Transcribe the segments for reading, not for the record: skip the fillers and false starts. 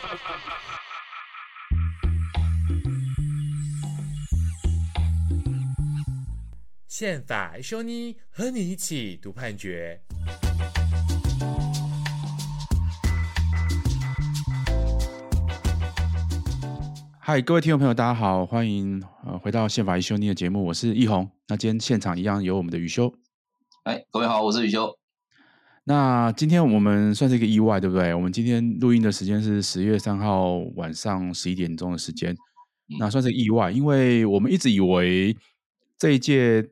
宪法修妮和你一起读判决。 嗨，各位听众朋友，大家好，欢迎回到宪法一修妮的节目，我是易宏。那今天现场一样有我们的宇修。 各位好，我是宇修。 那今天我们算是一个意外，对不对？我们今天录音的时间是10月3号晚上11点钟的时间，那算是意外，因为我们一直以为这一届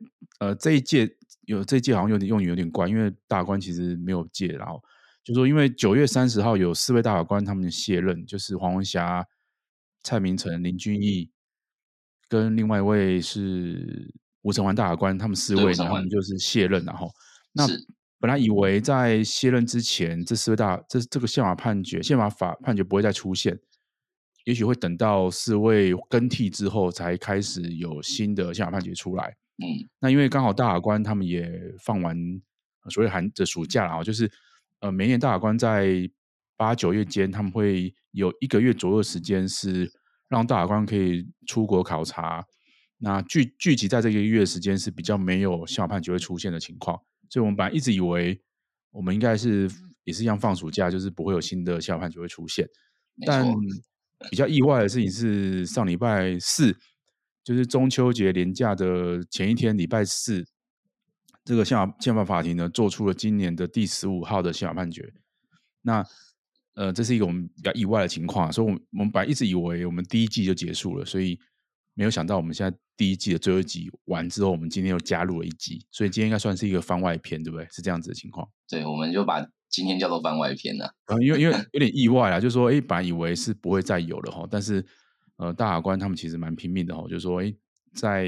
好像用语有点怪，因为大法官其实没有届，然后就说因为9月30号有4位大法官他们卸任，就是黄文霞、蔡明诚、林俊义跟另外一位是吴承环大法官，他们4位，然后他们就是卸任，然后那本来以为在卸任之前，这4位这个宪法判决不会再出现，也许会等到4位更替之后才开始有新的宪法判决出来。那因为刚好大法官他们也放完所谓的暑假了，就是每年大法官在8、9月间，他们会有1个月左右的时间是让大法官可以出国考察。那聚集在这个月的时间是比较没有宪法判决会出现的情况，所以我们本来一直以为我们应该是也是一样放暑假，就是不会有新的宪法判决会出现。但比较意外的事情是上礼拜4，就是中秋节连假的前一天，礼拜4，这个宪法法庭呢做出了今年的第15号的宪法判决。那这是一个我们比较意外的情况，所以我们本来一直以为我们第一季就结束了，所以没有想到我们现在第一季的最后一集完之后，我们今天又加入了1集，所以今天应该算是一个番外篇，对不对？是这样子的情况。 对，我们就把今天叫做番外篇了。 因为有点意外啦，就是说本来以为是不会再有了，但是大法官他们其实蛮拼命的，就是说在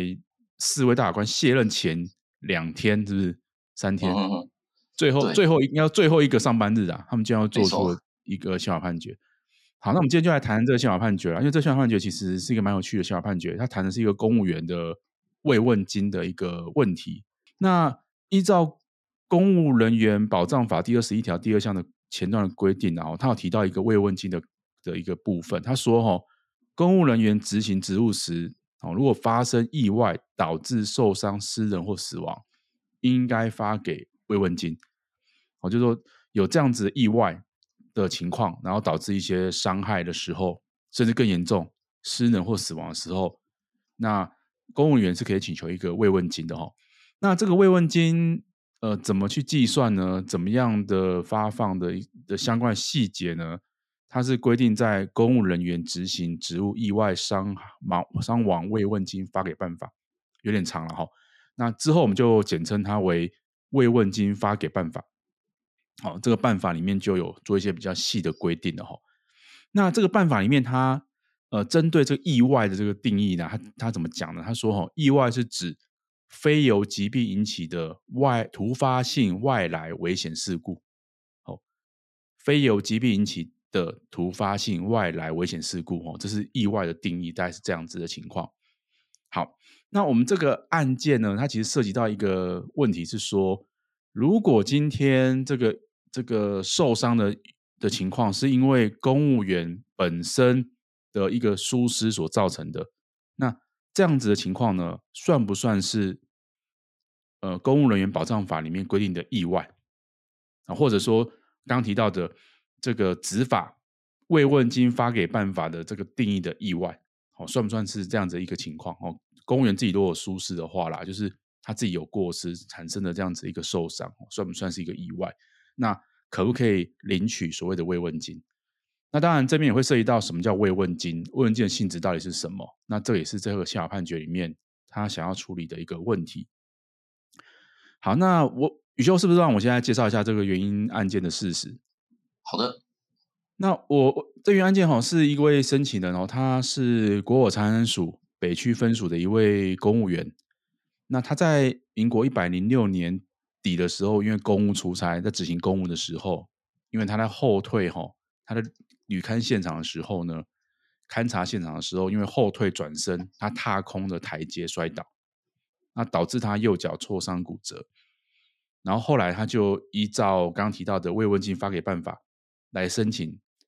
4位大法官卸任前2天，是不是3天？最后一个上班日啊，他们就要做出一个宪法判决。好，那我们今天就来谈这个宪法判决啦，因为这个宪法判决其实是一个蛮有趣的宪法判决，它谈的是一个公务员的慰问金的一个问题。那依照公务人员保障法第21条第2项的前段的规定，他有提到一个慰问金的一个部分，他说公务人员执行职务时，如果发生意外导致受伤、失人或死亡，应该发给慰问金。就是说有这样子的意外的情况，然后导致一些伤害的时候，甚至更严重失能或死亡的时候，那公务员是可以请求一个慰问金的。那这个慰问金怎么去计算呢？怎么样的发放的相关的细节呢？它是规定在公务人员执行职务意外伤亡慰问金发给办法，有点长了。那之后我们就简称它为慰问金发给办法。这个办法里面就有做一些比较细的规定的。那这个办法里面它针对这个意外的这个定义呢，它怎么讲呢？他说意外是指非由疾病引起的突发性外来危险事故。非由疾病引起的突发性外来危险事故，这是意外的定义，大概是这样子的情况。好，那我们这个案件呢，它其实涉及到一个问题是说，如果今天这个受伤的情况是因为公务员本身的一个疏失所造成的，那这样子的情况呢，算不算是公务人员保障法里面规定的意外？或者说刚刚提到的这个执法慰问金发给办法的这个定义的意外，算不算是这样子一个情况？公务员自己如果有疏失的话啦，就是他自己有过失产生的这样子一个受伤，算不算是一个意外？那可不可以领取所谓的慰问金？那当然这边也会涉及到什么叫慰问金，慰问金的性质到底是什么？那这也是这个宪法判决里面他想要处理的一个问题。好，那宇修是不是让我现在介绍一下这个原因案件的事实？ 好的。 那这原案件是一位申请人，他是国有财产署北区分署的一位公务员。那他在民国106年底的时候，因为公务出差，在执行公务的时候，因为他在后退他的履勘现场的时候呢，勘察现场的时候，因为后退转身，他踏空的台阶摔倒，那导致他右脚挫伤骨折。然后后来他就依照刚刚提到的慰问金发给办法来申请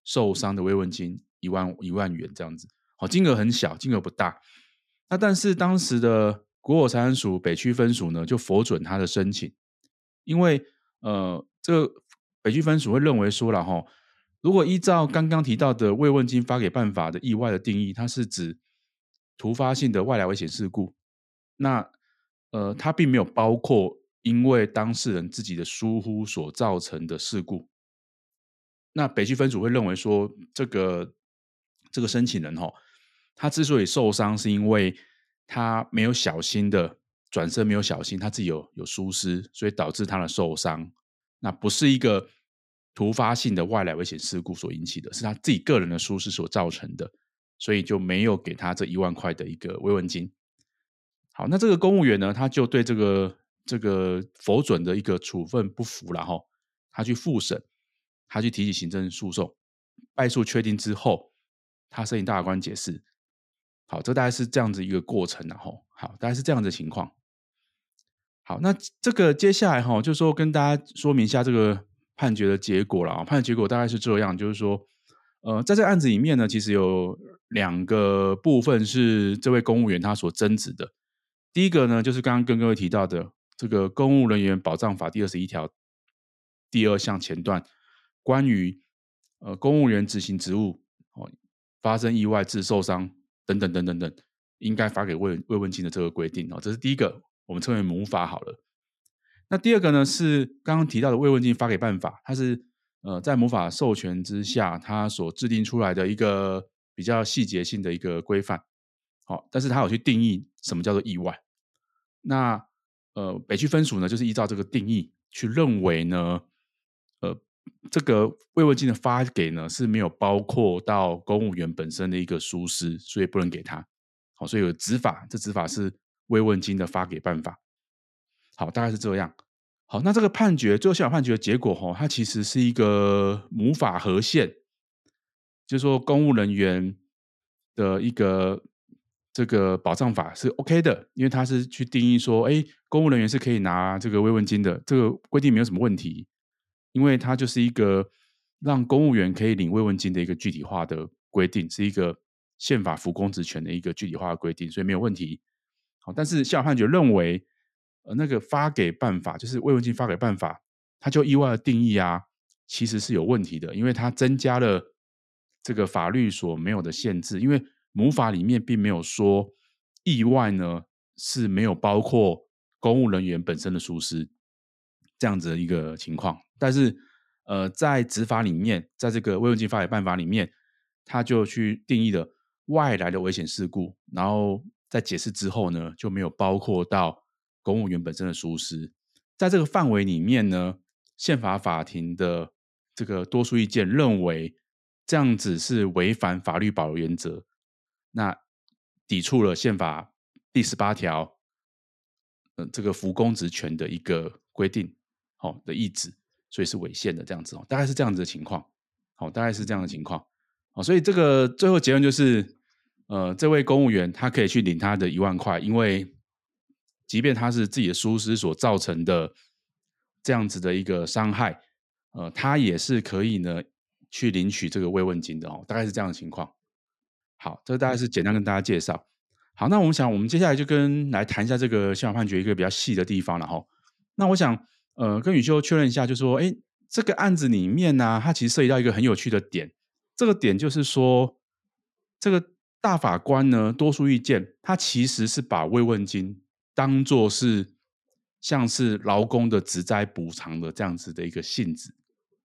受伤的慰问金1万元这样子。好，金额很小，金额不大。那但是当时的国有财产署北区分署呢，就否准他的申请，因为这个北区分署会认为说了哈，如果依照刚刚提到的慰问金发给办法的意外的定义，它是指突发性的外来危险事故，那它并没有包括因为当事人自己的疏忽所造成的事故。那北区分署会认为说，这个申请人他之所以受伤，是因为他没有小心的转身，没有小心，他自己有疏失，所以导致他的受伤。那不是一个突发性的外来危险事故所引起的，是他自己个人的疏失所造成的，所以就没有给他这1万块的一个慰问金。好，那这个公务员呢，他就对这个否准的一个处分不服了哈，他去复审，他去提起行政诉讼，败诉确定之后，他申请大法官解释。好，这大概是这样子一个过程然后，好，大概是这样的情况。好，那这个接下来哈，就是说跟大家说明一下这个判决的结果了啊。判决结果大概是这样，就是说，在这个案子里面呢，其实有2个部分是这位公务员他所争执的。第一个呢，就是刚刚跟各位提到的这个《公务人员保障法》第21条第2项前段，关于公务员执行职务发生意外致受伤等等等等等，应该发给慰问金的这个规定这是第一个，我们称为母法好了。那第二个呢，是刚刚提到的慰问金发给办法，它是在母法授权之下，它所制定出来的一个比较细节性的一个规范。好，但是它有去定义什么叫做意外。那北区分署呢，就是依照这个定义去认为呢，这个慰问金的发给呢是没有包括到公务员本身的一个疏失，所以不能给他。好，所以有执法，这执法是慰问金的发给办法。好，大概是这样。好，那这个判决最后宪法判决的结果它其实是一个母法合宪，就是说公务人员的一个这个保障法是 OK 的，因为它是去定义说，公务人员是可以拿这个慰问金的，这个规定没有什么问题，因为它就是一个让公务员可以领慰问金的一个具体化的规定，是一个宪法服公职权的一个具体化的规定，所以没有问题。好，但是宪法判决认为，那个发给办法，就是慰问金发给办法，它就意外的定义啊，其实是有问题的，因为它增加了这个法律所没有的限制，因为母法里面并没有说意外呢是没有包括公务人员本身的疏失这样子的一个情况，但是在执法里面，在这个慰问金发给办法里面，它就去定义了外来的危险事故，然后在解释之后呢，就没有包括到公务员本身的疏失。在这个范围里面呢，宪法法庭的这个多数意见认为这样子是违反法律保留原则，那抵触了宪法第18条这个服公职权的一个规定的意旨，所以是违宪的这样子大概是这样子的情况。大概是这样的情况。所以这个最后结论就是这位公务员他可以去领他的1万块，因为即便他是自己的疏失所造成的这样子的一个伤害，他也是可以呢去领取这个慰问金的大概是这样的情况。好，这大概是简单跟大家介绍。好，那我们接下来就来谈一下这个宪法判决一个比较细的地方了那我想跟宇修确认一下，就是说这个案子里面呢它其实涉及到一个很有趣的点，这个点就是说这个大法官呢多数意见，他其实是把慰问金当作是像是劳工的职灾补偿的这样子的一个性质。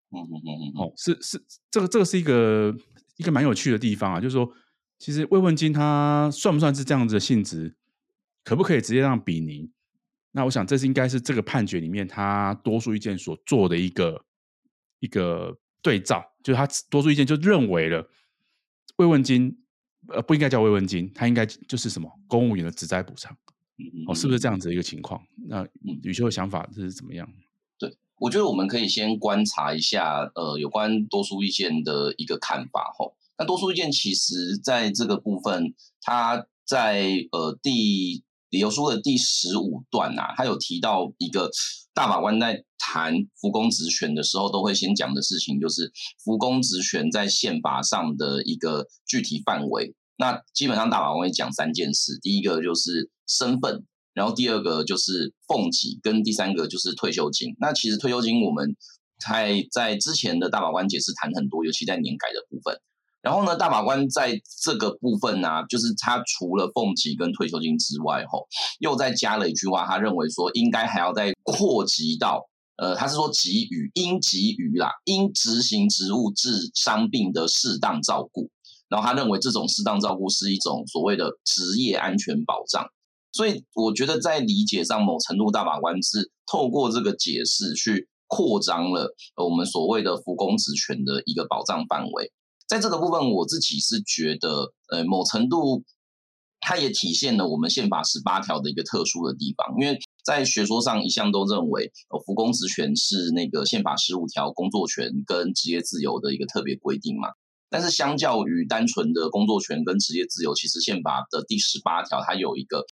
这个是一个蛮有趣的地方就是说其实慰问金它算不算是这样子的性质，可不可以直接让比拟？那我想这是应该是这个判决里面他多数意见所做的一个对照，就是他多数意见就认为了慰问金不应该叫慰问金，它应该就是什么公务员的职灾补偿是不是这样子的一个情况？那宇修的想法是怎么样？ 对，我觉得我们可以先观察一下有关多数意见的一个看法那多数意见其实在这个部分，它在第理由书的第15段啊，他有提到一个大法官在谈服公职权的时候都会先讲的事情，就是服公职权在宪法上的一个具体范围。那基本上大法官会讲3件事，第一个就是身份，然后第二个就是俸给，跟第三个就是退休金。那其实退休金我们在之前的大法官解释谈很多，尤其在年改的部分。然后呢，大法官在这个部分啊，就是他除了俸给跟退休金之外，又再加了一句话，他认为说应该还要再扩及到，他是说应给予啦，应执行职务治伤病的适当照顾。然后他认为这种适当照顾是一种所谓的职业安全保障。所以我觉得在理解上，某程度大法官是透过这个解释去扩张了我们所谓的服公职权的一个保障范围。在这个部分，我自己是觉得，某程度它也体现了我们宪法18条的一个特殊的地方，因为在学说上一向都认为，服公职权是那个宪法15条工作权跟职业自由的一个特别规定嘛。但是相较于单纯的工作权跟职业自由，其实宪法的第18条它有一个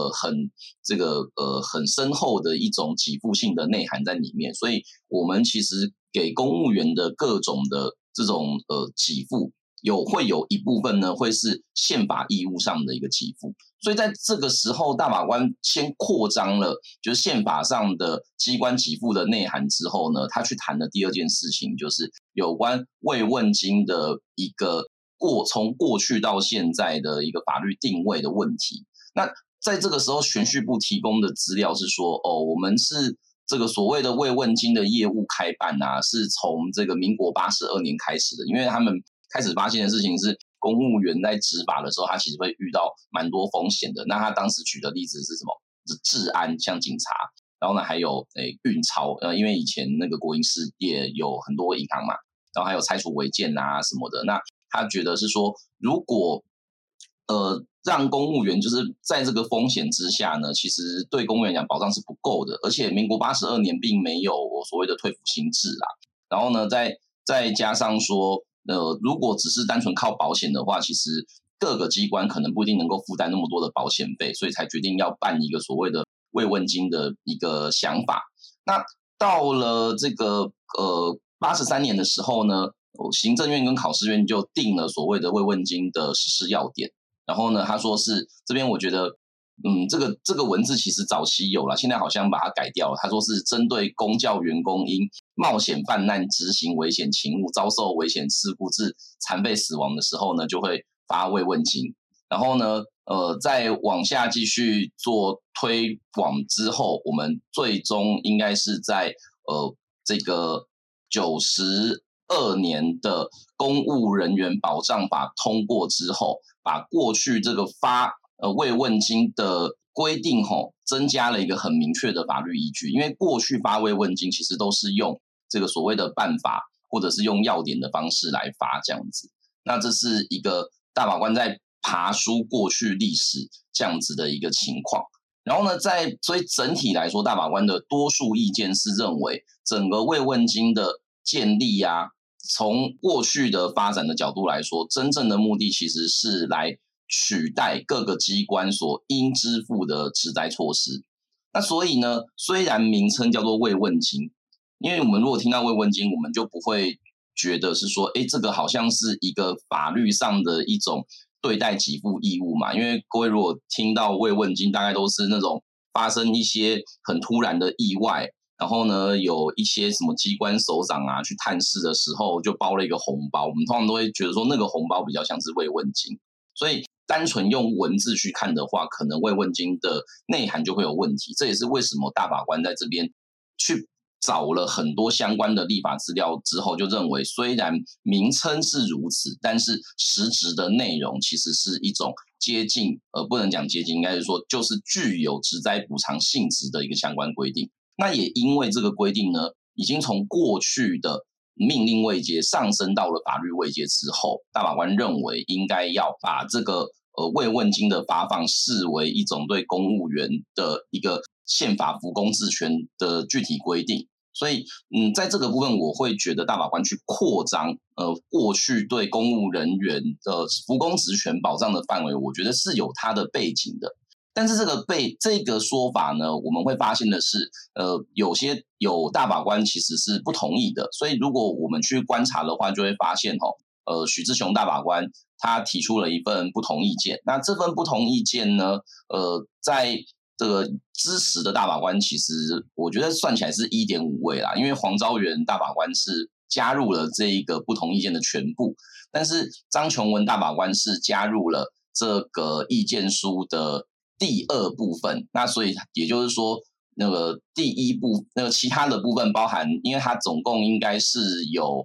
很深厚的一种给付性的内涵在里面，所以我们其实给公务员的各种的这种给付会有一部分呢会是宪法义务上的一个给付。所以在这个时候，大法官先扩张了就是宪法上的机关给付的内涵之后呢，他去谈的第二件事情就是有关慰问金的一个从过去到现在的一个法律定位的问题。那在这个时候，选叙部提供的资料是说，我们是这个所谓的慰问金的业务开办啊，是从这个民国82年开始的，因为他们开始发现的事情是，公务员在执法的时候，他其实会遇到蛮多风险的。那他当时举的例子是什么？是治安，像警察，然后呢还有运钞，因为以前那个国营事业有很多银行嘛，然后还有拆除违建啊什么的。那他觉得是说，如果让公务员就是在这个风险之下呢，其实对公务员讲保障是不够的，而且民国82年并没有所谓的退抚新制啦。然后呢，再加上说，如果只是单纯靠保险的话，其实各个机关可能不一定能够负担那么多的保险费，所以才决定要办一个所谓的慰问金的一个想法。那到了这个83年的时候呢，行政院跟考试院就定了所谓的慰问金的实施要点。然后呢，他说是这边，我觉得，这个文字其实早期有了，现在好像把它改掉了。他说是针对公教员工因冒险犯难、执行危险勤务、遭受危险事故致残废死亡的时候呢，就会发慰问金。然后呢，再往下继续做推广之后，我们最终应该是在这个92年的公务人员保障法通过之后，把过去这个发慰问金的规定增加了一个很明确的法律依据。因为过去发慰问金其实都是用这个所谓的办法或者是用要点的方式来发这样子。那这是一个大法官在爬梳过去历史这样子的一个情况。然后呢，所以整体来说，大法官的多数意见是认为整个慰问金的建立啊，从过去的发展的角度来说，真正的目的其实是来取代各个机关所应支付的职灾措施。那所以呢，虽然名称叫做慰问金，因为我们如果听到慰问金，我们就不会觉得是说，这个好像是一个法律上的一种对待给付义务嘛。因为各位如果听到慰问金，大概都是那种发生一些很突然的意外，然后呢，有一些什么机关首长啊去探视的时候，就包了一个红包，我们通常都会觉得说那个红包比较像是慰问金。所以单纯用文字去看的话，可能慰问金的内涵就会有问题。这也是为什么大法官在这边去找了很多相关的立法资料之后，就认为虽然名称是如此，但是实质的内容其实是一种接近不能讲接近，应该是说就是具有职灾补偿性质的一个相关规定。那也因为这个规定呢，已经从过去的命令位阶上升到了法律位阶之后，大法官认为应该要把这个慰问金的发放视为一种对公务员的一个宪法服公职权的具体规定。所以在这个部分我会觉得大法官去扩张过去对公务人员的服公职权保障的范围，我觉得是有它的背景的。 但是这个说法呢，我们会发现的是，有大法官其实是不同意的。所以如果我们去观察的话，就会发现许志雄大法官他提出了一份不同意见。那这份不同意见呢，在这个支持的大法官，其实我觉得算起来是 1.5 位啦，因为黄昭元大法官是加入了这一个不同意见的全部，但是张琼文大法官是加入了这个意见书的第2部分。那所以也就是说，那个其他的部分包含，因为它总共应该是有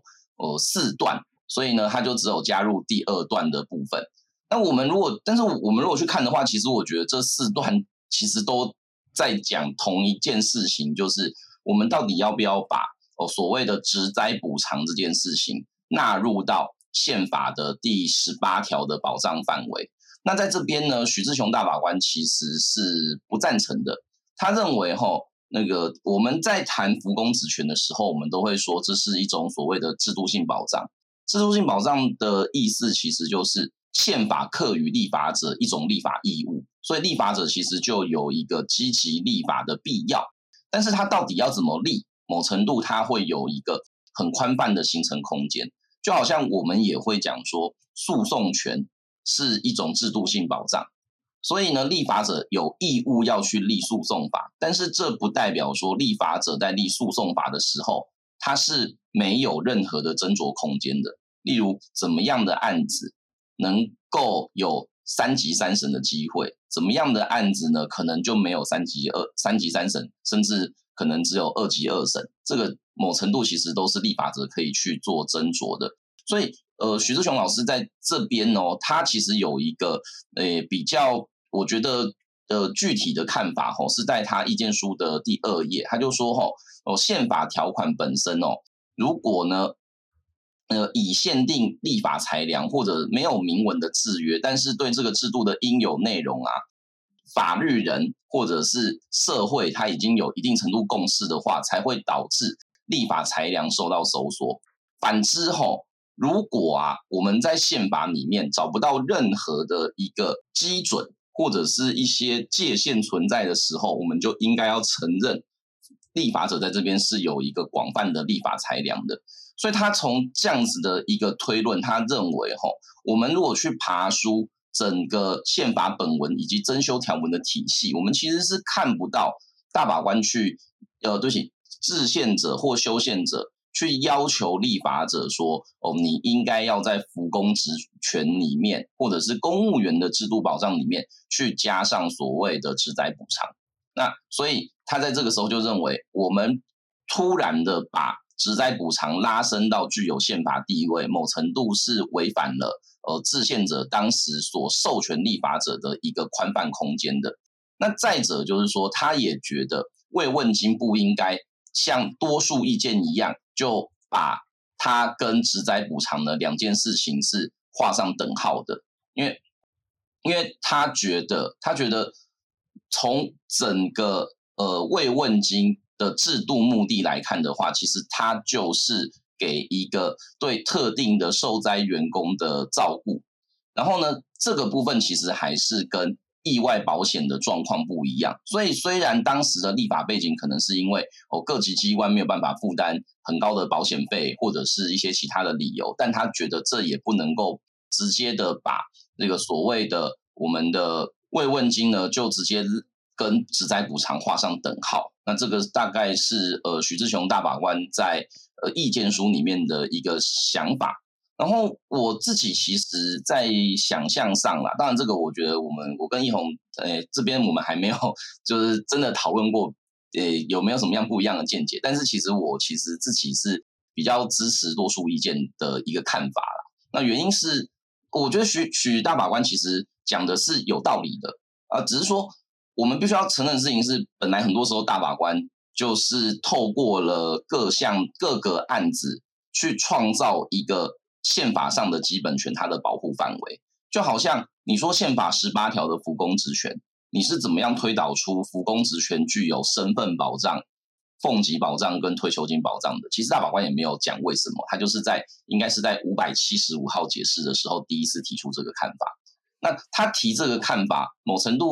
4段，所以呢，它就只有加入第2段的部分。但是我们如果去看的话，其实我觉得这4段其实都在讲同一件事情，就是我们到底要不要把所谓的职灾补偿这件事情纳入到宪法的第18条的保障范围。那在这边呢，许志雄大法官其实是不赞成的。他认为我们在谈服公职权的时候，我们都会说这是一种所谓的制度性保障。制度性保障的意思其实就是宪法课予立法者一种立法义务，所以立法者其实就有一个积极立法的必要。但是他到底要怎么立，某程度他会有一个很宽泛的形成空间。就好像我们也会讲说，诉讼权是一种制度性保障，所以呢，立法者有义务要去立诉讼法，但是这不代表说立法者在立诉讼法的时候，他是没有任何的斟酌空间的。例如，怎么样的案子能够有3级3审的机会，怎么样的案子呢，可能就没有3级3审，甚至可能只有2级2审。这个某程度其实都是立法者可以去做斟酌的。所以许志雄老师在这边他其实有一个比较我觉得具体的看法是在他意见书的第2页。他就说宪法条款本身如果呢以限定立法裁量或者没有明文的制约，但是对这个制度的应有内容法律人或者是社会它已经有一定程度共识的话，才会导致立法裁量受到收缩。反之如果我们在宪法里面找不到任何的一个基准或者是一些界限存在的时候，我们就应该要承认立法者在这边是有一个广泛的立法裁量的。所以他从这样子的一个推论，他认为我们如果去爬梳整个宪法本文以及增修条文的体系，我们其实是看不到大法官去制宪者或修宪者去要求立法者说你应该要在服公职权里面或者是公务员的制度保障里面去加上所谓的职灾补偿。那所以他在这个时候就认为，我们突然的把职灾补偿拉升到具有宪法地位，某程度是违反了制宪者当时所授权立法者的一个宽泛空间的。那再者就是说，他也觉得慰问金不应该像多数意见一样，就把它跟职灾补偿的2件事情是画上等号的。因为他觉得从整个慰问金的制度目的来看的话，其实它就是给一个对特定的受灾员工的照顾。然后呢，这个部分其实还是跟意外保险的状况不一样。所以虽然当时的立法背景可能是因为各级机关没有办法负担很高的保险费或者是一些其他的理由，但他觉得这也不能够直接的把这个所谓的我们的慰问金呢就直接跟职灾补偿画上等号。那这个大概是许志雄大法官在意见书里面的一个想法。然后我自己其实在想象上啦，当然这个我觉得我跟一宏这边我们还没有就是真的讨论过有没有什么样不一样的见解，但是其实自己是比较支持多数意见的一个看法啦。那原因是我觉得许大法官其实讲的是有道理的只是说我们必须要承认的事情是，本来很多时候大法官就是透过了各个案子去创造一个宪法上的基本权它的保护范围。就好像你说宪法18条的服公职权，你是怎么样推导出服公职权具有身份保障、俸级保障跟退休金保障的？其实大法官也没有讲为什么，他就是应该是在575号解释的时候第一次提出这个看法。那他提这个看法，某程度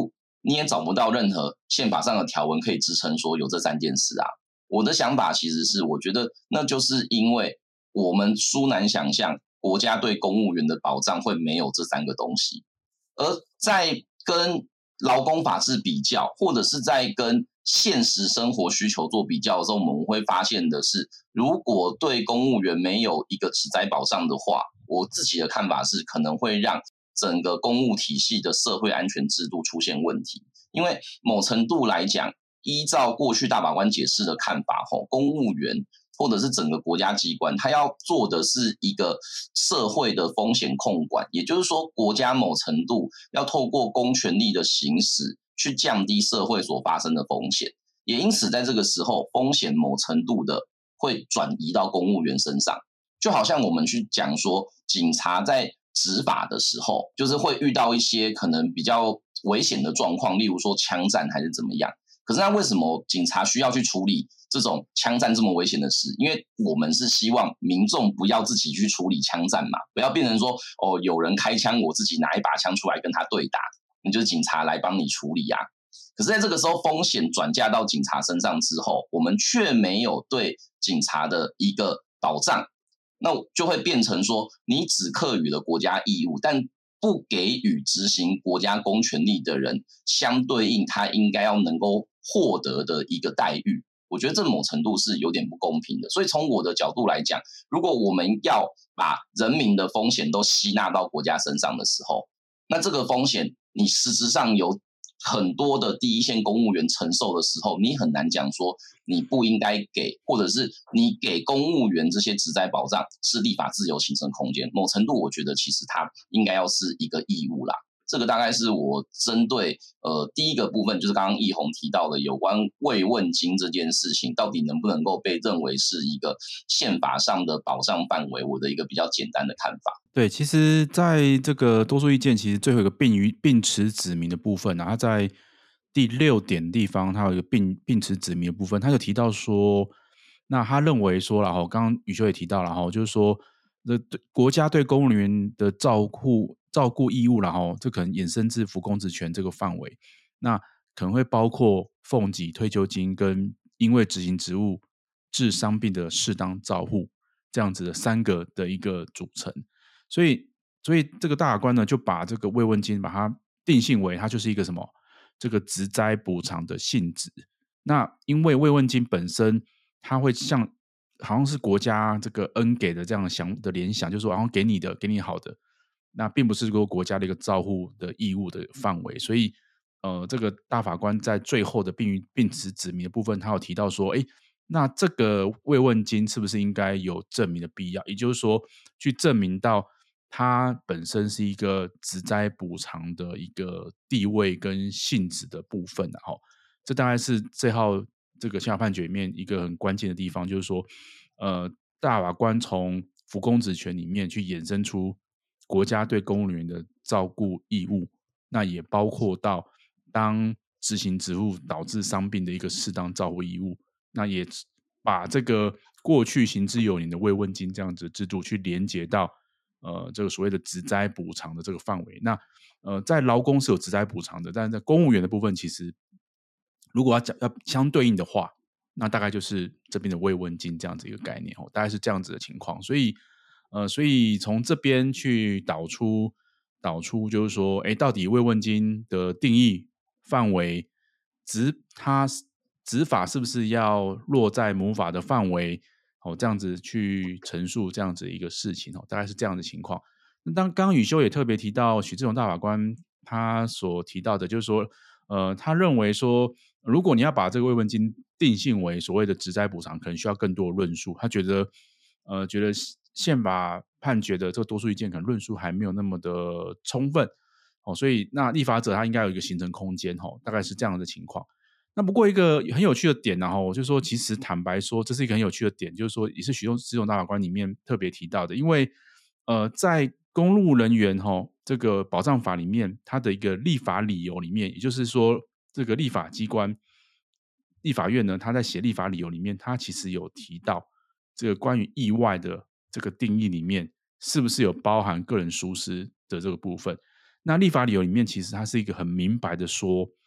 你也找不到任何宪法上的条文可以支撑说有这3件事啊。我的想法其实是，我觉得那就是因为我们殊难想象国家对公务员的保障会没有这3个东西，而在跟劳工法制比较，或者是在跟现实生活需求做比较的时候，我们会发现的是，如果对公务员没有一个职灾保障的话，我自己的看法是可能会让整个公务体系的社会安全制度出现问题。因为某程度来讲，依照过去大法官解释的看法，公务员或者是整个国家机关，它要做的是一个社会的风险控管，也就是说，国家某程度要透过公权力的行使，去降低社会所发生的风险。也因此，在这个时候，风险某程度的会转移到公务员身上。就好像我们去讲说，警察在执法的时候，就是会遇到一些可能比较危险的状况，例如说枪战还是怎么样。可是那为什么警察需要去处理这种枪战这么危险的事？因为我们是希望民众不要自己去处理枪战嘛，不要变成说有人开枪，我自己拿一把枪出来跟他对打，那就是警察来帮你处理啊。可是在这个时候，风险转嫁到警察身上之后，我们却没有对警察的一个保障，那就会变成说，你只课予了国家义务，但不给予执行国家公权力的人相对应他应该要能够获得的一个待遇。我觉得这某程度是有点不公平的。所以从我的角度来讲，如果我们要把人民的风险都吸纳到国家身上的时候，那这个风险你实质上有很多的第一线公务员承受的时候，你很难讲说你不应该给，或者是你给公务员这些职灾保障是立法自由形成空间。某程度我觉得其实它应该要是一个义务啦。这个大概是我针对第一个部分，就是刚刚奕弘提到的有关慰问金这件事情，到底能不能够被认为是一个宪法上的保障范围，我的一个比较简单的看法。 对，其实在这个多数意见，其实最后一个并持指明的部分它在第6点地方，它有一个并持指明的部分，它就提到说，那他认为说，然后刚刚宇修也提到了，就是说，国家对公务员的照顾义务，然后这可能衍生至服公职权这个范围，那可能会包括俸给、退休金跟因为执行职务致伤病的适当照护这样子的3个的一个组成。所以这个大法官呢，就把这个慰问金把它定性为它就是一个什么这个职灾补偿的性质。那因为慰问金本身它会好像是国家这个恩给的这样的联想，就是说好像给你好的，那并不是说国家的一个照护的义务的范围。所以这个大法官在最后的并持指明的部分，他有提到说，那这个慰问金是不是应该有证明的必要？也就是说，去证明到它本身是一个职灾补偿的一个地位跟性质的部分。这大概是这个宪法判决里面一个很关键的地方，就是说，大法官从服公职权里面去衍生出国家对公务员的照顾义务，那也包括到当执行职务导致伤病的一个适当照护义务，那也把这个过去行之有年的慰问金这样子的制度去连结到这个所谓的职灾补偿的这个范围。那在劳工是有职灾补偿的，但是在公务员的部分，其实如果要相对应的话，那大概就是这边的慰问金这样子一个概念，大概是这样子的情况。所以从这边去导出就是说，到底慰问金的定义范围，它执法是不是要落在母法的范围，这样子去陈述这样子一个事情，大概是这样的情况。那刚刚宇修也特别提到许志荣大法官他所提到的，就是说他认为说，如果你要把这个慰问金定性为所谓的职灾补偿，可能需要更多的论述。他觉得宪法判决的这个多数意见可能论述还没有那么的充分，所以那立法者他应该有一个形成空间，大概是这样的情况。那不过一个很有趣的点呢，我就说其实坦白说这是一个很有趣的点，就是说也是许志荣大法官里面特别提到的。因为在公务人员这个保障法里面，它的一个立法理由里面，也就是说这个立法机关立法院呢，他在写立法理由里面，他其实有提到这个关于意外的这个定义里面是不是有包含个人疏失的这个部分。那立法理由里面其实它是一个很明白的说，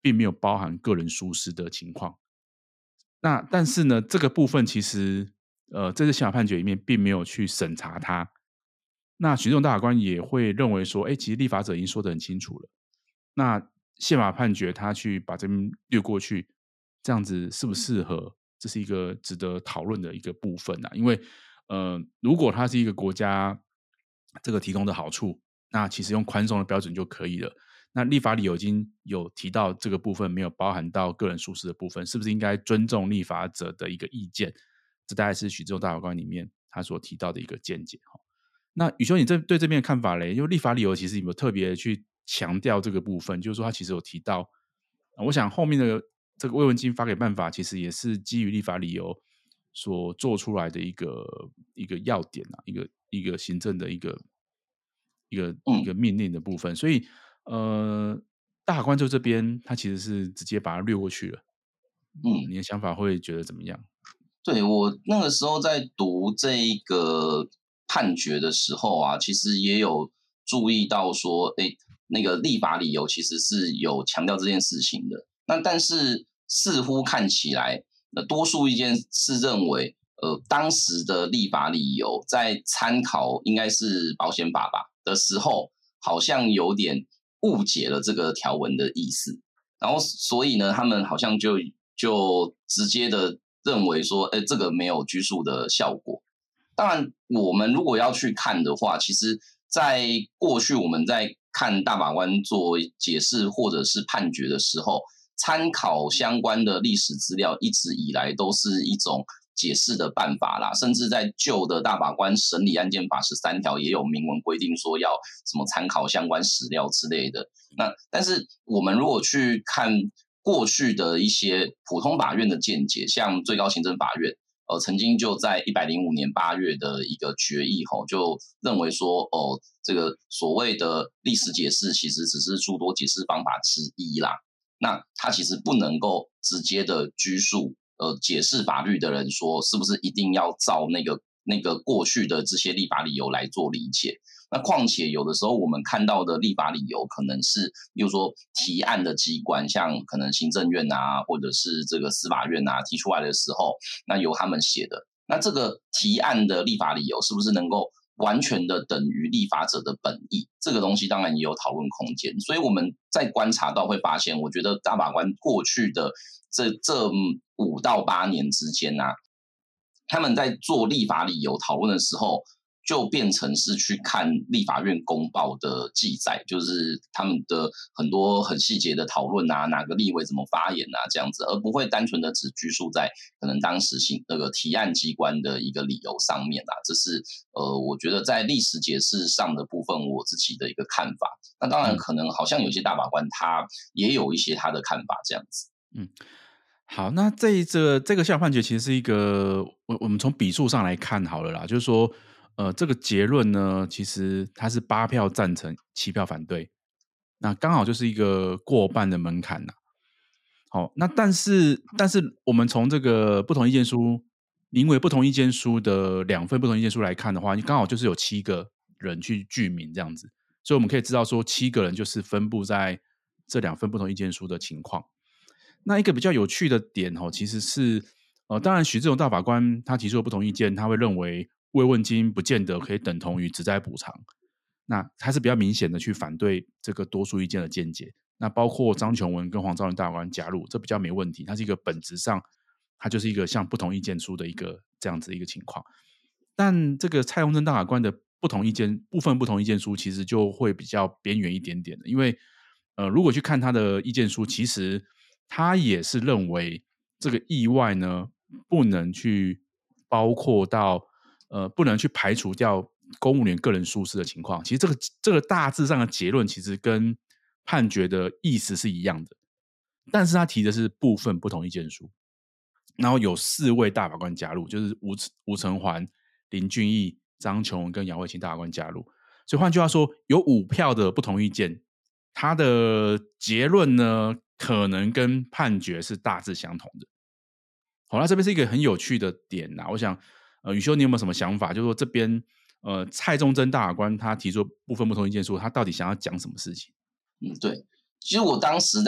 并没有包含个人疏失的情况。那但是呢，这个部分其实这次宪法判决里面并没有去审查它。那许志永大法官也会认为说，其实立法者已经说得很清楚了，那宪法判决他去把这边略过去，这样子适不适合，这是一个值得讨论的一个部分啊。因为如果它是一个国家这个提供的好处，那其实用宽松的标准就可以了。那立法理由已经有提到这个部分没有包含到个人疏失的部分，是不是应该尊重立法者的一个意见？这大概是许志永大法官里面他所提到的一个见解。那宇修，你对这边的看法嘞？因为立法理由其实有没有特别去强调这个部分？就是说他其实有提到，我想后面的这个慰问金发给办法，其实也是基于立法理由所做出来的一个要点啊，一个行政的一个命令的部分。所以大法官就这边他其实是直接把它略过去了。你的想法会觉得怎么样？ 对，我那个时候在读这一个判决的时候啊，其实也有注意到说，那个立法理由其实是有强调这件事情的。那但是似乎看起来，多数意见是认为，当时的立法理由在参考应该是保险法吧的时候，好像有点误解了这个条文的意思，然后所以呢，他们好像就直接的认为说，这个没有拘束的效果。当然，我们如果要去看的话，其实在过去我们在看大法官做解释或者是判决的时候，参考相关的历史资料一直以来都是一种解释的办法啦，甚至在旧的大法官审理案件法13条也有明文规定说要什么参考相关史料之类的。那但是我们如果去看过去的一些普通法院的见解，像最高行政法院曾经就在105年8月的一个决议就认为说这个所谓的历史解释其实只是诸多解释方法之一啦。那它其实不能够直接的拘束解释法律的人说是不是一定要照那个过去的这些立法理由来做理解。那况且有的时候我们看到的立法理由可能是比如说提案的机关，像可能行政院啊或者是这个司法院啊提出来的时候，那由他们写的，那这个提案的立法理由是不是能够完全的等于立法者的本意，这个东西当然也有讨论空间。所以我们在观察到会发现，我觉得大法官过去的这5到8年之间啊，他们在做立法理由讨论的时候，就变成是去看立法院公报的记载，就是他们的很多很细节的讨论啊，哪个立委怎么发言啊这样子，而不会单纯的只拘束在可能当时那个提案机关的一个理由上面啊。这是我觉得在历史解释上的部分我自己的一个看法。那当然可能好像有些大法官他也有一些他的看法这样子。 好，那这个宪法判决其实是一个我们从笔数上来看好了啦，就是说这个结论呢，其实它是8票赞成7票反对，那刚好就是一个过半的门槛啦。好，那但是我们从这个不同意见书名为不同意见书的2份不同意见书来看的话，刚好就是有7个人去具名这样子，所以我们可以知道说7个人就是分布在这2份不同意见书的情况。那一个比较有趣的点其实是当然许志永大法官他提出的不同意见，他会认为慰问金不见得可以等同于职灾补偿，那他是比较明显的去反对这个多数意见的见解。那包括张琼文跟黄昭元大法官加入，这比较没问题，它是一个本质上它就是一个像不同意见书的一个这样子的一个情况。但这个蔡永贞大法官的部分不同意见书其实就会比较边缘一点点的，因为如果去看他的意见书，其实他也是认为这个意外呢不能去包括到不能去排除掉公务员个人疏失的情况。其实这个大致上的结论其实跟判决的意思是一样的，但是他提的是部分不同意见书，然后有4位大法官加入，就是吴承环、林俊义、张琼文跟姚慧清大法官加入。所以换句话说，有5票的不同意见，他的结论呢可能跟判决是大致相同的。好，那这边是一个很有趣的点我想宇修你有没有什么想法，就是说这边蔡中贞大法官他提出部分不同意见书，他到底想要讲什么事情？ 对，其实我当时在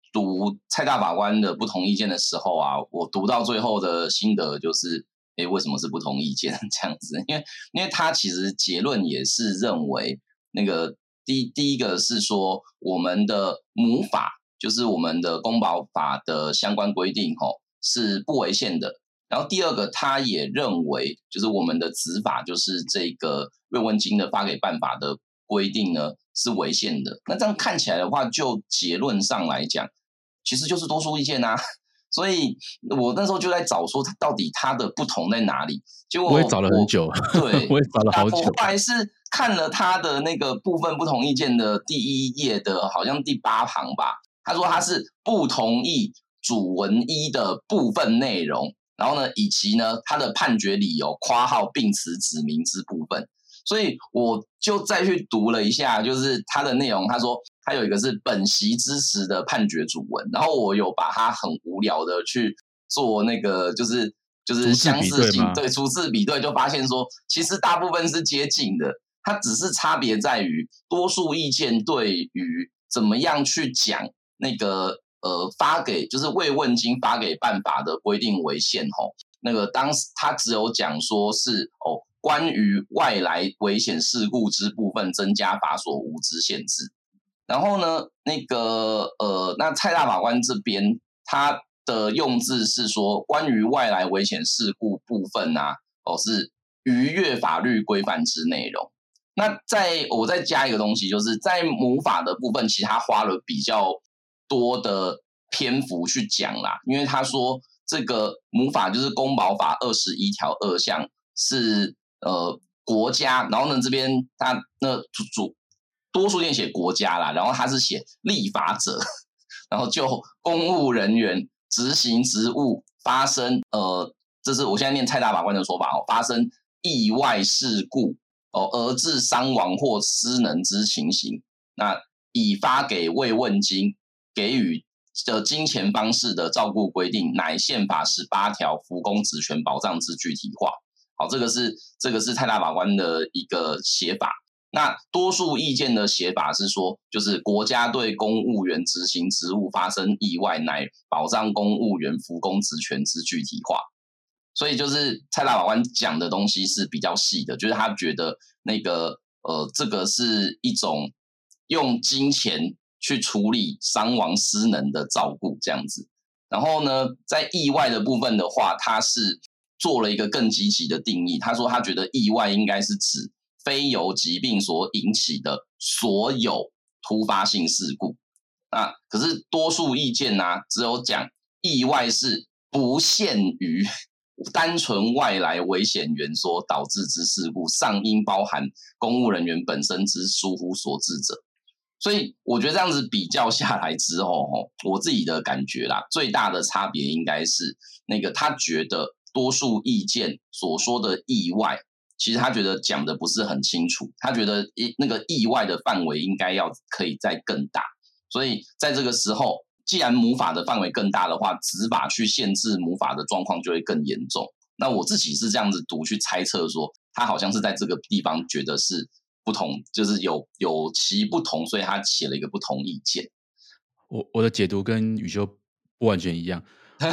读蔡大法官的不同意见的时候啊，我读到最后的心得就是，为什么是不同意见这样子？因为他其实结论也是认为，那个第一个是说，我们的母法就是我们的公保法的相关规定是不违宪的。然后第二个，他也认为，就是我们的子法，就是这个慰问金的发给办法的规定呢是违宪的。那这样看起来的话，就结论上来讲，其实就是多数意见啊。所以我那时候就在找说，到底它的不同在哪里？结果我也找了很久， 对， 我也找了好久。 我后来是看了他的那个部分不同意见的第1页的，好像第8行吧。他说他是不同意主文1的部分内容，然后呢，以及呢他的判决理由（括号并此指明之部分）。所以我就再去读了一下，就是他的内容。他说他有一个是本席支持的判决主文，然后我有把它很无聊的去做那个就是相似性，对，逐字比对，就发现说其实大部分是接近的，它只是差别在于多数意见对于怎么样去讲那个发给就是慰问金发给办法的规定为宪那个当时他只有讲说是关于外来危险事故之部分增加法所无之限制。然后呢，那个那蔡大法官这边他的用字是说，关于外来危险事故部分啊，是逾越法律规范之内容。那我再加一个东西，就是在母法的部分，其实他花了比较多的篇幅去讲啦，因为他说这个母法就是公保法21条2项是国家，然后呢这边他那多数点写国家啦，然后他是写立法者，然后就公务人员执行职务发生这是我现在念蔡大法官的说法发生意外事故而致伤亡或失能之情形，那已发给慰問金给予的金钱方式的照顾规定，乃宪法18条服公职权保障之具体化。好，这个是蔡大法官的一个写法。那多数意见的写法是说，就是国家对公务员执行职务发生意外，乃保障公务员服公职权之具体化。所以就是蔡大法官讲的东西是比较细的，就是他觉得那个这个是一种用金钱去处理伤亡失能的照顾这样子。然后呢，在意外的部分的话，他是做了一个更积极的定义。他说他觉得意外应该是指非由疾病所引起的所有突发性事故。可是多数意见只有讲意外是不限于单纯外来危险源所导致之事故，尚应包含公务人员本身之疏忽所致者。所以我觉得这样子比较下来之后，我自己的感觉啦，最大的差别应该是那个他觉得多数意见所说的意外，其实他觉得讲的不是很清楚，他觉得那个意外的范围应该要可以再更大。所以在这个时候，既然母法的范围更大的话，子法去限制母法的状况就会更严重。那我自己是这样子读去猜测说，他好像是在这个地方觉得是不同，就是有其不同，所以他写了一个不同意见。 我的解读跟宇修不完全一样。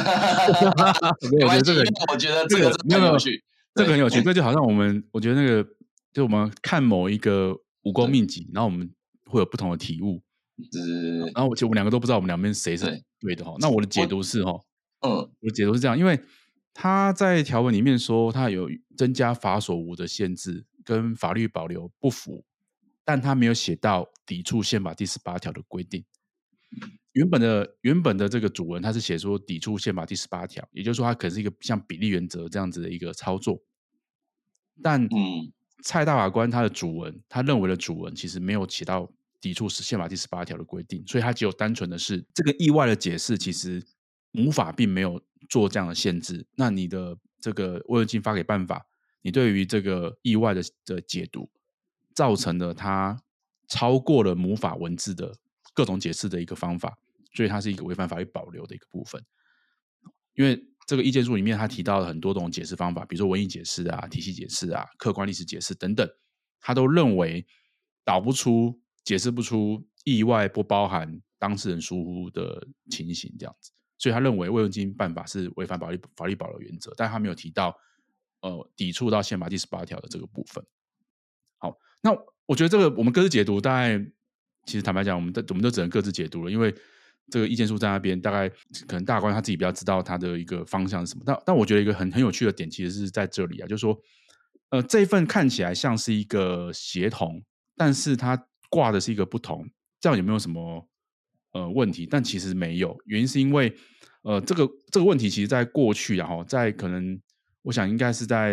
我觉得这个很有趣， 这个很有趣。这就好像我觉得那个就我们看某一个武功秘籍，然后我们会有不同的体悟。然后我们两个都不知道我们两边谁是对的那我的解读是我的解读是这样，因为他在条文里面说他有增加法所无的限制，跟法律保留不符，但他没有写到抵触宪法第18条的规定。原本的这个主文他是写说抵触宪法第18条，也就是说它可能是一个像比例原则这样子的一个操作。但蔡大法官他的主文，他认为的主文其实没有写到抵触宪法第18条的规定，所以他只有单纯的是这个意外的解释，其实母法并没有做这样的限制。那你的这个慰问金发给办法，你对于这个意外的解读，造成了它超过了母法文字的各种解释的一个方法，所以它是一个违反法律保留的一个部分。因为这个意见书里面他提到了很多种解释方法，比如说文义解释体系解释客观历史解释等等，他都认为导不出解释不出意外不包含当事人疏忽的情形这样子，所以他认为慰问金办法是违反法律保留原则，但他没有提到抵触到宪法第18条的这个部分。好，那我觉得这个我们各自解读，大概其实坦白讲，我们都只能各自解读了，因为这个意见书在那边，大概可能大法官他自己比较知道他的一个方向是什么。但我觉得一个很有趣的点，其实是在这里啊，就是说，这一份看起来像是一个协同，但是它挂的是一个不同，这样有没有什么问题？但其实没有，原因是因为这个问题其实在过去然后在可能我想应该是在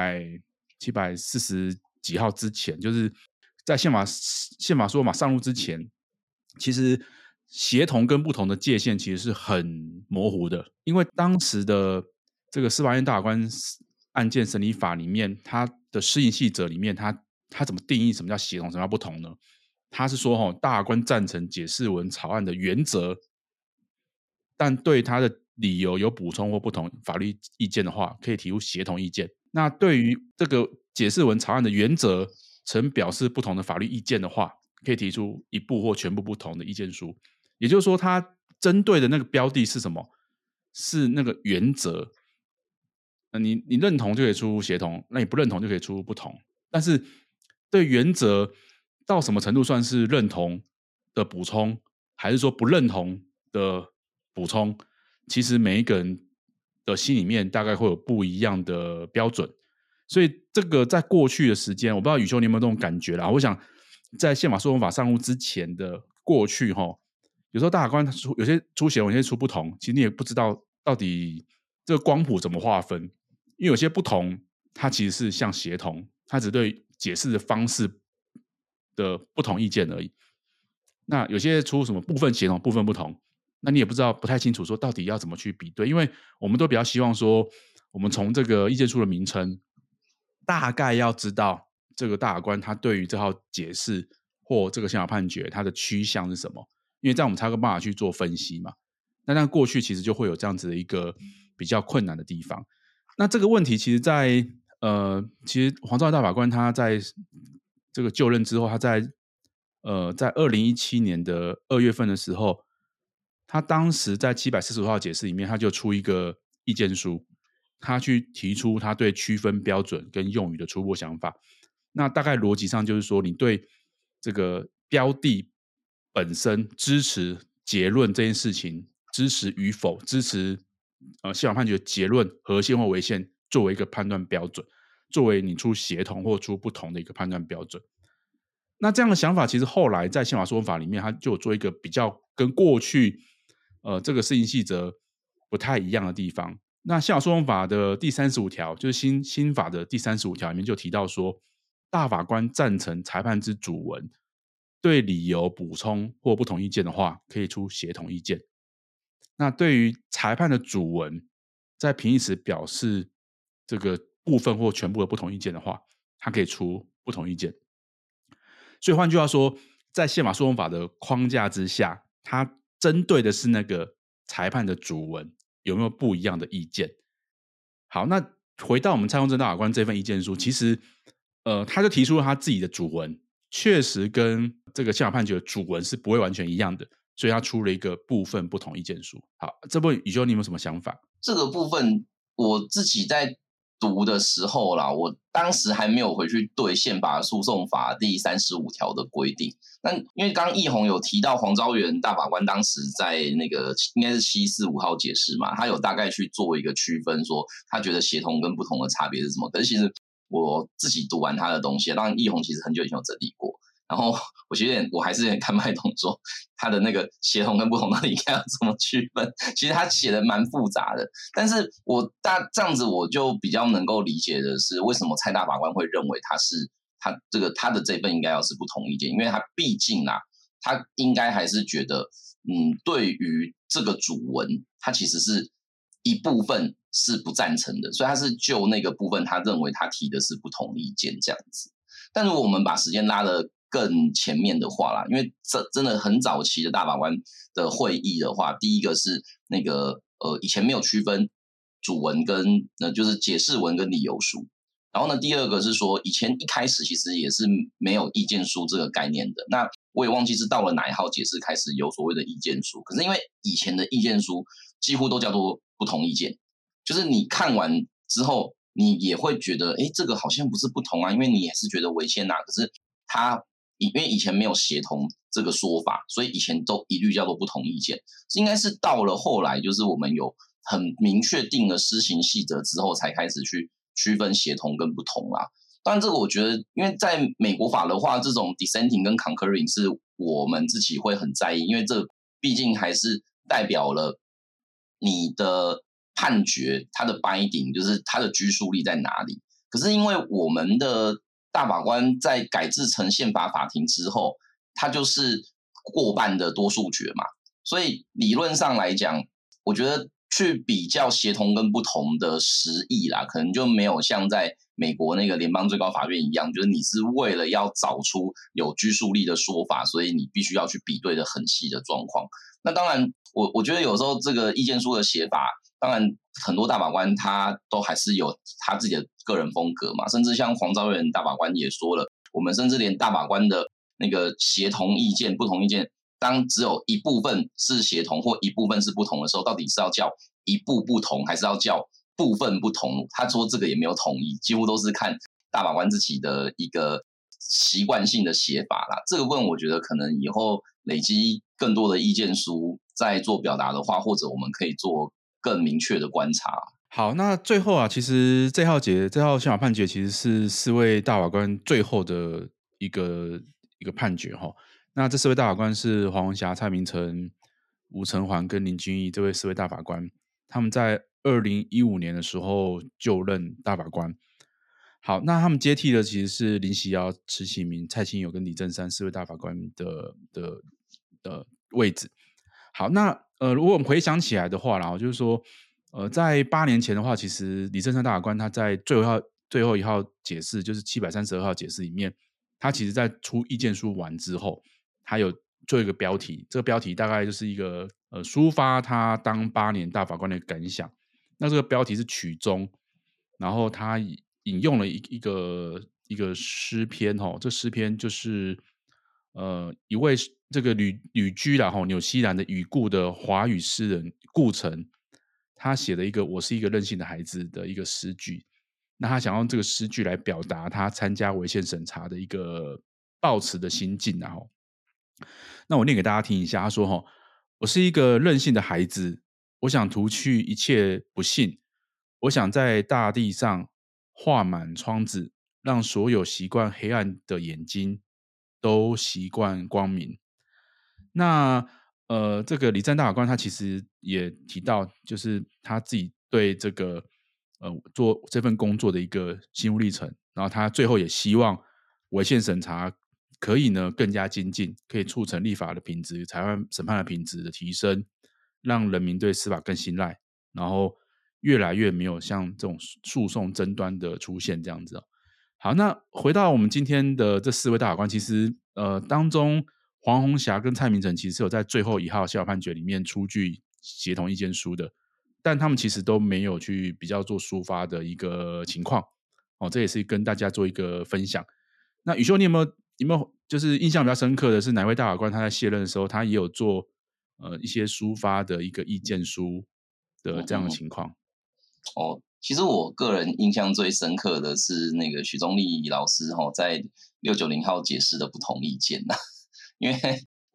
740几号之前，就是在宪法说法上路之前，其实协同跟不同的界限其实是很模糊的，因为当时的这个司法院大法官案件审理法里面，它的施行细则里面，它怎么定义什么叫协同，什么叫不同呢？他是说大法官赞成解释文草案的原则，但对他的理由有补充或不同法律意见的话，可以提出协同意见。那对于这个解释文草案的原则曾表示不同的法律意见的话，可以提出一部或全部不同的意见书。也就是说，它针对的那个标的是什么？是那个原则。你认同就可以出协同，那你不认同就可以出不同。但是对原则到什么程度算是认同的补充，还是说不认同的补充，其实每一个人的心里面大概会有不一样的标准。所以这个在过去的时间，我不知道宇修你有没有这种感觉啦。我想在宪法诉讼法上路之前的过去，有时候大法官有些出协同，有些出不同，其实你也不知道到底这个光谱怎么划分。因为有些不同，它其实是像协同，它只对解释的方式的不同意见而已。那有些出什么部分协同、部分不同，那你也不知道，不太清楚说到底要怎么去比对。因为我们都比较希望说，我们从这个意见书的名称，大概要知道这个大法官他对于这套解释或这个宪法判决它的趋向是什么，因为这样我们才有办法去做分析嘛。但过去其实就会有这样子的一个比较困难的地方。那这个问题其实其实黄昭元大法官他在这个就任之后，他在2017年的2月份的时候，他当时在745号解释里面，他就出一个意见书，他去提出他对区分标准跟用语的初步想法。那大概逻辑上就是说，你对这个标的本身支持结论这件事情支持与否，支持宪法判决结论合宪或违宪作为一个判断标准，作为你出协同或出不同的一个判断标准。那这样的想法其实后来在宪法诉讼法里面，它就有做一个比较跟过去这个施行细则不太一样的地方。那宪法诉讼法的第35条，就是新法的第35条里面就提到说，大法官赞成裁判之主文，对理由补充或不同意见的话，可以出协同意见。那对于裁判的主文，在评议时表示这个部分或全部的不同意见的话，它可以出不同意见。所以换句话说，在宪法诉讼法的框架之下，它针对的是那个裁判的主文有没有不一样的意见。好，那回到我们蔡中正大法官这份意见书，其实他就提出了他自己的主文，确实跟这个宪法判决的主文是不会完全一样的，所以他出了一个部分不同意见书。好，这部分宇修你有没有什么想法？ 这个部分我自己在读的时候啦，我当时还没有回去对宪法诉讼法第35条的规定。那因为刚刚奕弘有提到黄昭元大法官当时在那个应该是745号解释嘛，他有大概去做一个区分，说他觉得协同跟不同的差别是什么。可是其实我自己读完他的东西，当然奕弘其实很久以前有整理过，然后我还是有点看不太懂，说他的那个协同跟不同到底应该要怎么区分。其实他写的蛮复杂的，但是这样子我就比较能够理解的是，为什么蔡大法官会认为他的这份应该要是不同意见，因为他毕竟他应该还是觉得，对于这个主文，他其实是一部分是不赞成的，所以他是就那个部分，他认为他提的是不同意见这样子。但如果我们把时间拉得更前面的话啦，因为这真的很早期的大法官的会议的话，第一个是那个以前没有区分主文跟就是解释文跟理由书。然后呢，第二个是说，以前一开始其实也是没有意见书这个概念的。那我也忘记是到了哪一号解释开始有所谓的意见书。可是因为以前的意见书几乎都叫做不同意见，就是你看完之后，你也会觉得，这个好像不是不同啊，因为你也是觉得违宪啊。可是因为以前没有协同这个说法，所以以前都一律叫做不同意见。应该是到了后来，就是我们有很明确定了施行细则之后，才开始去区分协同跟不同啦。当然，这个我觉得，因为在美国法的话，这种 dissenting 跟 concurring 是我们自己会很在意，因为这毕竟还是代表了你的判决，它的 binding 就是它的拘束力在哪里。可是因为我们的大法官在改制成宪法法庭之后，它就是过半的多数决嘛，所以理论上来讲，我觉得去比较协同跟不同的实意啦，可能就没有像在美国那个联邦最高法院一样，就是你是为了要找出有拘束力的说法，所以你必须要去比对的很细的状况。那当然，我觉得有时候这个意见书的写法，当然很多大法官他都还是有他自己的个人风格嘛，甚至像黄昭元大法官也说了，我们甚至连大法官的那个协同意见、不同意见，当只有一部分是协同或一部分是不同的时候，到底是要叫一部不同，还是要叫部分不同？他说这个也没有统一，几乎都是看大法官自己的一个习惯性的写法啦。这个部分我觉得可能以后累积更多的意见书再做表达的话，或者我们可以做更明确的观察。 好，那最后啊，其实这号宪法判决其实是4位大法官最后的一个判决哈。那这4位大法官是黄虹霞、蔡明诚、吴承环跟林君毅这位4位大法官，他们在2015年的时候就任大法官。好，那他们接替的其实是林喜瑶、池启明、蔡清友跟李正三4位大法官的位置。好，那如果我们回想起来的话啦，就是说在8年前的话，其实李正三大法官他在最后一号解释，就是732号解释里面，他其实在出意见书完之后，他有做一个标题，这个标题大概就是一个抒发他当8年大法官的感想。那这个标题是曲中，然后他引用了一个诗篇这诗篇就是一位这个旅居啦纽西兰的已故的华语诗人顾城，他写了一个我是一个任性的孩子的一个诗句。那他想用这个诗句来表达他参加违宪审查的一个抱持的心境啊。那我念给大家听一下，他说我是一个任性的孩子，我想涂去一切不幸，我想在大地上画满窗子，让所有习惯黑暗的眼睛都习惯光明。那这个李正大法官他其实也提到，就是他自己对这个做这份工作的一个心路历程，然后他最后也希望违宪审查可以呢更加精进，可以促成立法的品质、裁判审判的品质的提升，让人民对司法更信赖，然后越来越没有像这种诉讼争端的出现这样子。好，那回到我们今天的这4位大法官，其实当中黄虹霞跟蔡明诚其实是有在最后一号宪法判决里面出具协同意见书的，但他们其实都没有去比较做抒发的一个情况这也是跟大家做一个分享。那宇修，你有没有就是印象比较深刻的是哪位大法官他在卸任的时候，他也有做一些抒发的一个意见书的这样的情况？ 其实我个人印象最深刻的是那个许宗力老师在690号解释的不同意见因为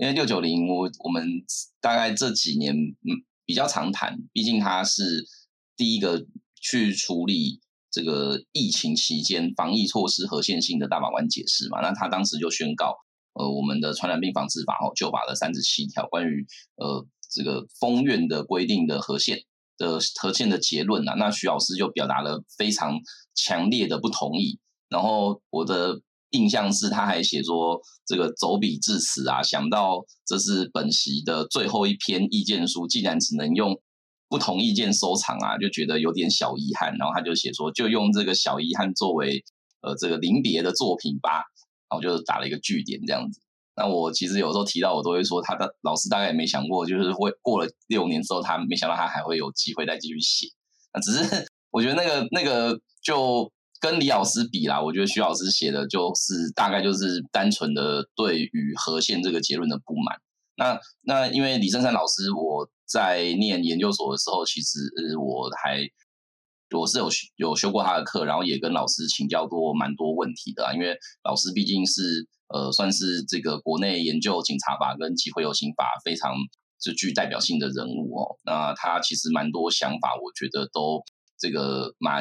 690我们大概这几年比较常谈，毕竟他是第一个去处理这个疫情期间防疫措施合宪性的大法官解释嘛。那他当时就宣告我们的传染病防治法旧法的37条关于这个封院的规定的合宪的结论那许老师就表达了非常强烈的不同意。然后我的印象是他还写说这个走笔至此想到这是本席的最后一篇意见书，既然只能用不同意见收场就觉得有点小遗憾。然后他就写说就用这个小遗憾作为这个临别的作品吧，然后就打了一个句点这样子。那我其实有时候提到我都会说他的老师大概也没想过，就是会过了6年之后他没想到他还会有机会再继续写。那只是我觉得那个就跟李老师比啦，我觉得徐老师写的就是大概就是单纯的对于合宪这个结论的不满。那因为李正山老师我在念研究所的时候，其实我是有修过他的课，然后也跟老师请教过蛮多问题的因为老师毕竟是算是这个国内研究警察法跟集会游行法非常就具代表性的人物那他其实蛮多想法，我觉得都这个蛮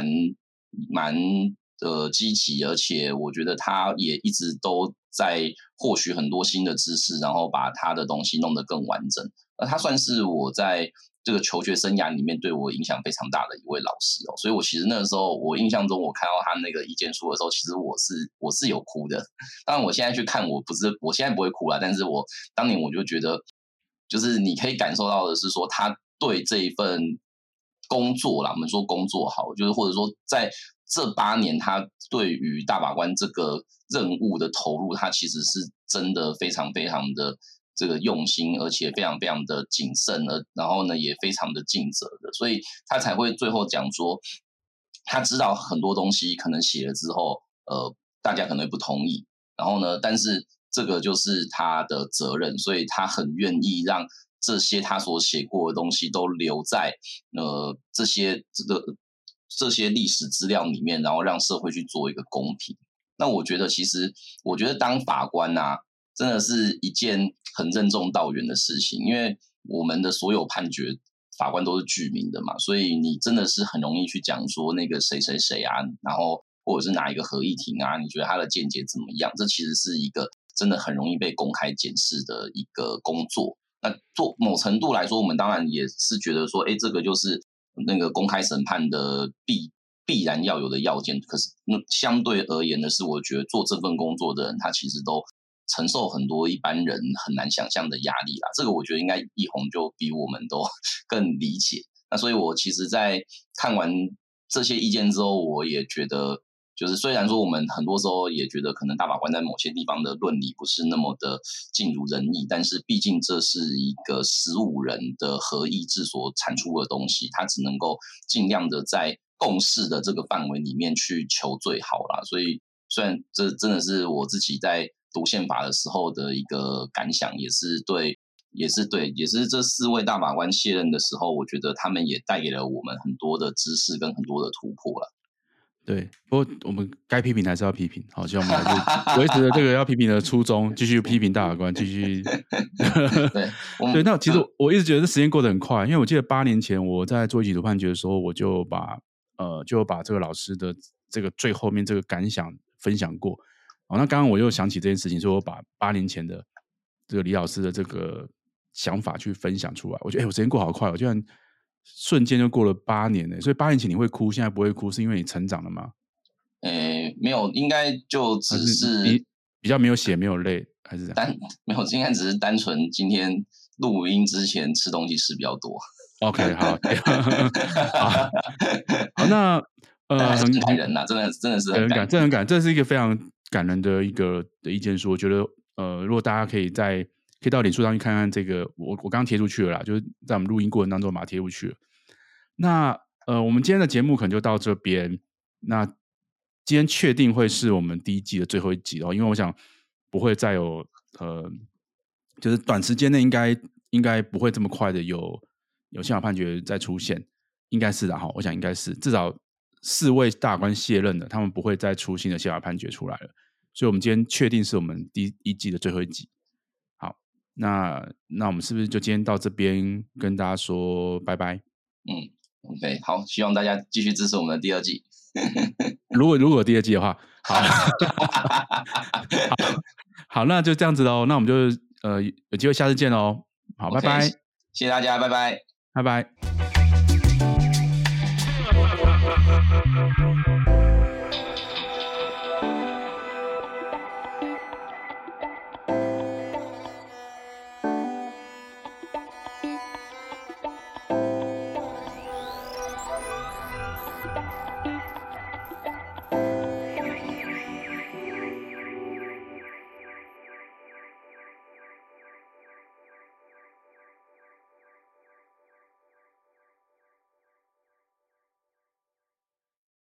积极，而且我觉得他也一直都在获取很多新的知识，然后把他的东西弄得更完整。他算是我在这个求学生涯里面对我影响非常大的一位老师所以我其实那个时候我印象中我看到他那个意见书的时候，其实我是有哭的。当然我现在去看我现在不会哭啦，但是我当年我就觉得就是你可以感受到的是说他对这一份工作啦，我们说工作好，就是或者说在这8年他对于大法官这个任务的投入，他其实是真的非常非常的这个用心，而且非常非常的谨慎，然后呢也非常的尽责的，所以他才会最后讲说他知道很多东西可能写了之后大家可能会不同意，然后呢但是这个就是他的责任，所以他很愿意让这些他所写过的东西都留在这些历史资料里面，然后让社会去做一个公平。那我觉得当法官真的是一件很任重道远的事情，因为我们的所有判决法官都是具名的嘛，所以你真的是很容易去讲说那个谁谁谁然后或者是哪一个合议庭你觉得他的见解怎么样，这其实是一个真的很容易被公开检视的一个工作。那做某程度来说，我们当然也是觉得说这个就是那个公开审判的必然要有的要件，可是相对而言的是，我觉得做这份工作的人他其实都承受很多一般人很难想象的压力啦，这个我觉得应该奕弘就比我们都更理解。那所以我其实在看完这些意见之后，我也觉得就是虽然说我们很多时候也觉得可能大法官在某些地方的论理不是那么的尽如人意，但是毕竟这是一个15人的合议制所产出的东西，它只能够尽量的在共识的这个范围里面去求最好啦。所以虽然这真的是我自己在读宪法的时候的一个感想，也是这4位大法官卸任的时候，我觉得他们也带给了我们很多的知识跟很多的突破啦。 对，不过我们该批评还是要批评，好，希望我们还是维持了这个要批评的初衷，继续批评大法官，继续对，那其实我一直觉得这时间过得很快，因为我记得8年前我在做一起读判决的时候，我就把这个老师的这个最后面这个感想分享过。那刚刚我又想起这件事情，所以我把8年前的这个李老师的这个想法去分享出来。我觉得我时间过好快，我居然瞬间就过了8年所以8年前你会哭，现在不会哭，是因为你成长了吗？ 没有，应该就只是比较没有血没有泪，还是这样？ 没有，应该只是单纯今天录音之前吃东西吃比较多。 OK， 好，好，那很感人真的是很感人， 这是一个非常感人的一个意见书。我觉得如果大家可以到脸书上去看看这个，我刚刚贴出去了啦，就是在我们录音过程当中把它贴出去了。那我们今天的节目可能就到这边。那今天确定会是我们第1季的最后一集因为我想不会再有就是短时间内应该不会这么快的有宪法判决再出现，应该是的我想应该是至少4位大法官卸任的，他们不会再出新的宪法判决出来了，所以我们今天确定是我们第1季的最后一集。好，那我们是不是就今天到这边跟大家说拜拜 ？OK， 好，希望大家继续支持我们的第2季。 如果有第2季的话，好，那就这样子咯，那我们就有机会下次见咯。好， okay， 拜拜， 谢谢大家，拜拜， 拜拜。